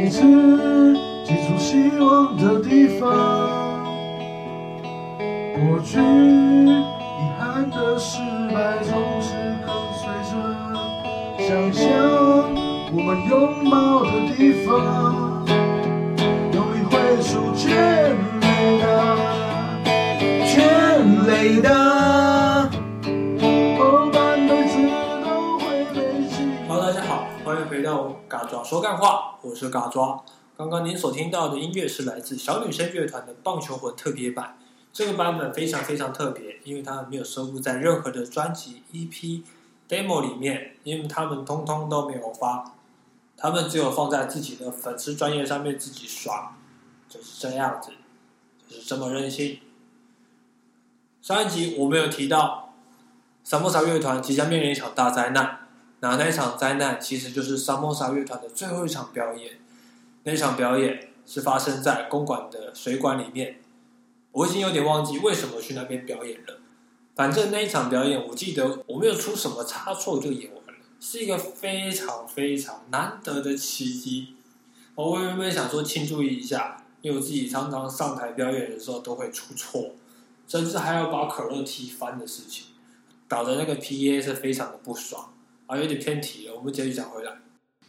一次寄出希望的地方。过去遗憾的失败总是跟随着想象我们拥抱的地方，用力挥出全垒打，全垒打，后半辈子都会被记住。 Hello， 大家好，欢迎回到嘎抓说干话，我是嘎抓。刚刚您所听到的音乐是来自小女生乐团的《棒球魂》特别版。这个版本非常非常特别，因为它没有收录在任何的专辑、EP、demo 里面，因为他们通通都没有发，他们只有放在自己的粉丝专页上面自己刷，就是这样子，就是这么任性。上一集我们有提到，萨摩萨乐团即将面临一场大灾难，那一场灾难其实就是萨摩萨乐团的最后一场表演。那一场表演是发生在公馆的水管里面。我已经有点忘记为什么去那边表演了，反正那一场表演我记得我没有出什么差错就演完了，是一个非常非常难得的奇迹。我原本想说庆祝一下，因为我自己常常上台表演的时候都会出错，甚至还要把可乐踢翻的事情，搞得那个 PA 是非常的不爽有点偏题了，我们继续讲回来。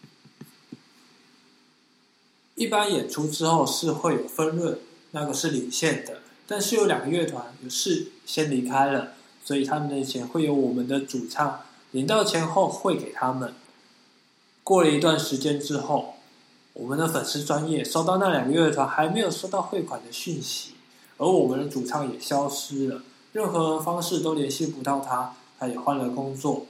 一般演出之后是会有分润，那个是领现的，但是有两个乐团有事先离开了，所以他们的钱会由我们的主唱领到钱后汇给他们。过了一段时间之后，我们的粉丝专页收到那两个乐团还没有收到汇款的讯息，而我们的主唱也消失了，任何方式都联系不到他，他也换了工作。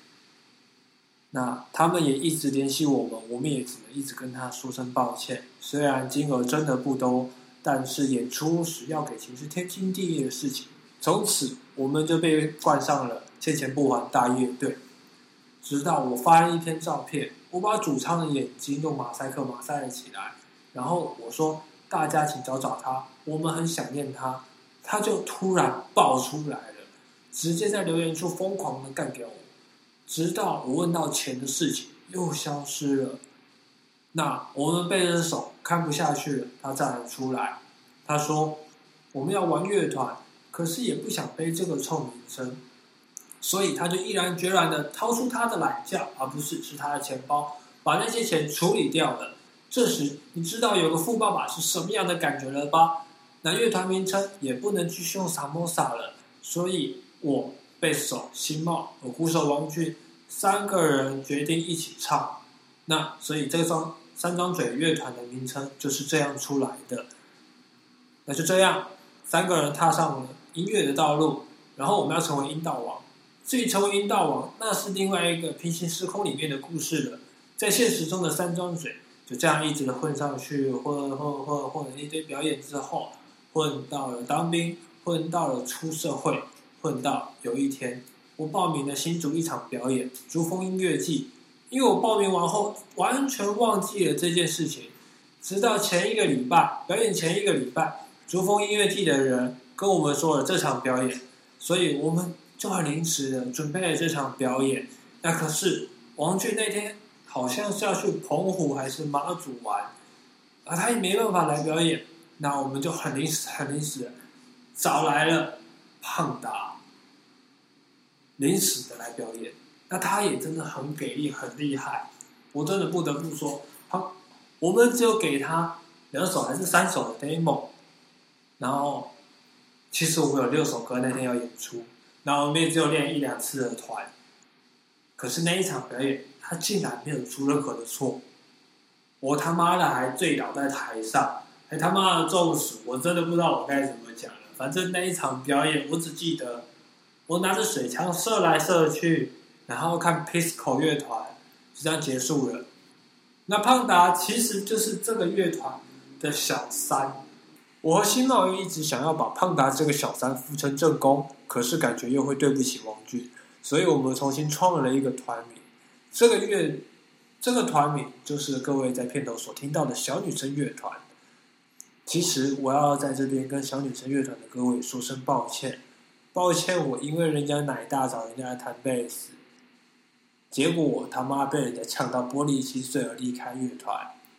那他们也一直联系我们，我们也只能一直跟他说声抱歉。虽然金额真的不多，但是演出时要给钱是天经地义的事情。从此我们就被冠上了欠钱不还大乐队。直到我发了一篇照片，我把主唱的眼睛用马赛克马赛了起来，然后我说大家请找找他，我们很想念他。他就突然爆出来了，直接在留言处疯狂的干掉我。直到我问到钱的事情又消失了。那我们贝斯手看不下去了，他站了出来，他说我们要玩乐团，可是也不想背这个臭名声，所以他就毅然决然的掏出他的懒觉，而不是他的钱包，把那些钱处理掉了。这时你知道有个富爸爸是什么样的感觉了吧？那乐团名称也不能继续用萨摩萨了，所以我贝斯手新茂和鼓手王俊三个人决定一起唱。那所以这个三张嘴乐团的名称就是这样出来的。那就这样，三个人踏上了音乐的道路，然后我们要成为阴道王。至于成为阴道王，那是另外一个平行时空里面的故事了。在现实中的三张嘴就这样一直的混上去，混了一堆表演之后，混到了当兵，混到了出社会，混到有一天我报名了新竹一场表演竹风音乐季。因为我报名完后完全忘记了这件事情，直到前一个礼拜表演前一个礼拜，竹风音乐季的人跟我们说了这场表演，所以我们就很临时的准备了这场表演。那可是王俊那天好像是要去澎湖还是马祖玩，他也没办法来表演。那我们就很临时的找来了胖达，临时的来表演。那他也真的很给力，很厉害。我真的不得不说，我们只有给他2首还是3首的 demo， 然后其实我们有6首歌那天要演出，然后我们也只有练1-2次的团。可是那一场表演，他竟然没有出任何的错，我他妈的还醉倒在台上，还他妈的中暑，我真的不知道我该怎么讲了。反正那一场表演，我只记得我拿着水枪射来射去，然后看 Pisco 乐团，就这样结束了。那胖达其实就是这个乐团的小三。我和新茂又一直想要把胖达这个小三扶成正宫，可是感觉又会对不起王俊，所以我们重新创了一个团名。这个团名就是各位在片头所听到的小女生乐团。其实我要在这边跟小女生乐团的各位说声抱歉，抱歉我因为人家奶大找人家来弹贝斯，结果我他妈被人家呛到玻璃心碎而离开乐团。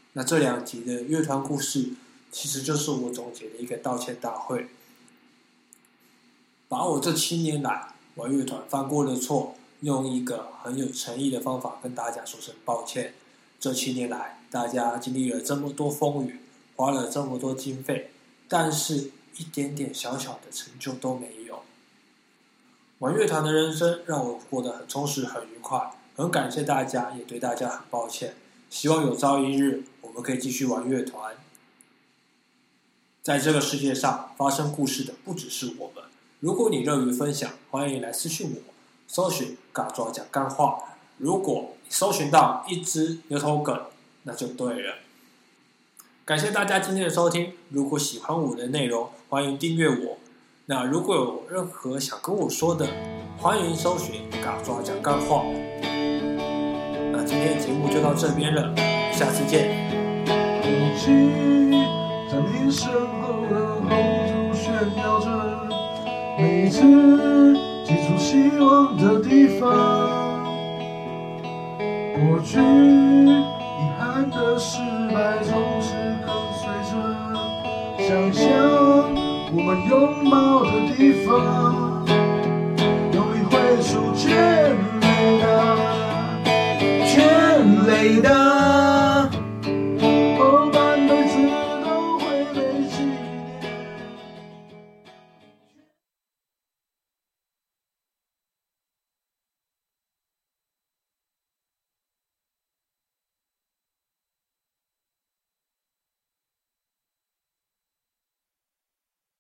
那这2集的乐团故事，其实就是我总结的一个道歉大会，把我这7年来玩乐团犯过的错，用一个很有诚意的方法跟大家说声抱歉。这7年来，大家经历了这么多风雨，花了这么多经费，但是一点点小小的成就都没有。玩乐团的人生让我过得很充实、很愉快，很感谢大家，也对大家很抱歉。希望有朝一日我们可以继续玩乐团。在这个世界上发生故事的不只是我们，如果你乐于分享，欢迎来私讯我，搜寻嘎抓讲干话。如果你搜寻到一只牛头梗，那就对了。感谢大家今天的收听，如果喜欢我的内容，欢迎订阅我。那如果有任何想跟我说的，欢迎搜寻嘎抓讲干话。那今天的节目就到这边了，下次见。 在你身后的红烛炫耀着，每一次寄出希望的地方。过去遗憾的失败总是跟随着，想象我们拥抱的地方。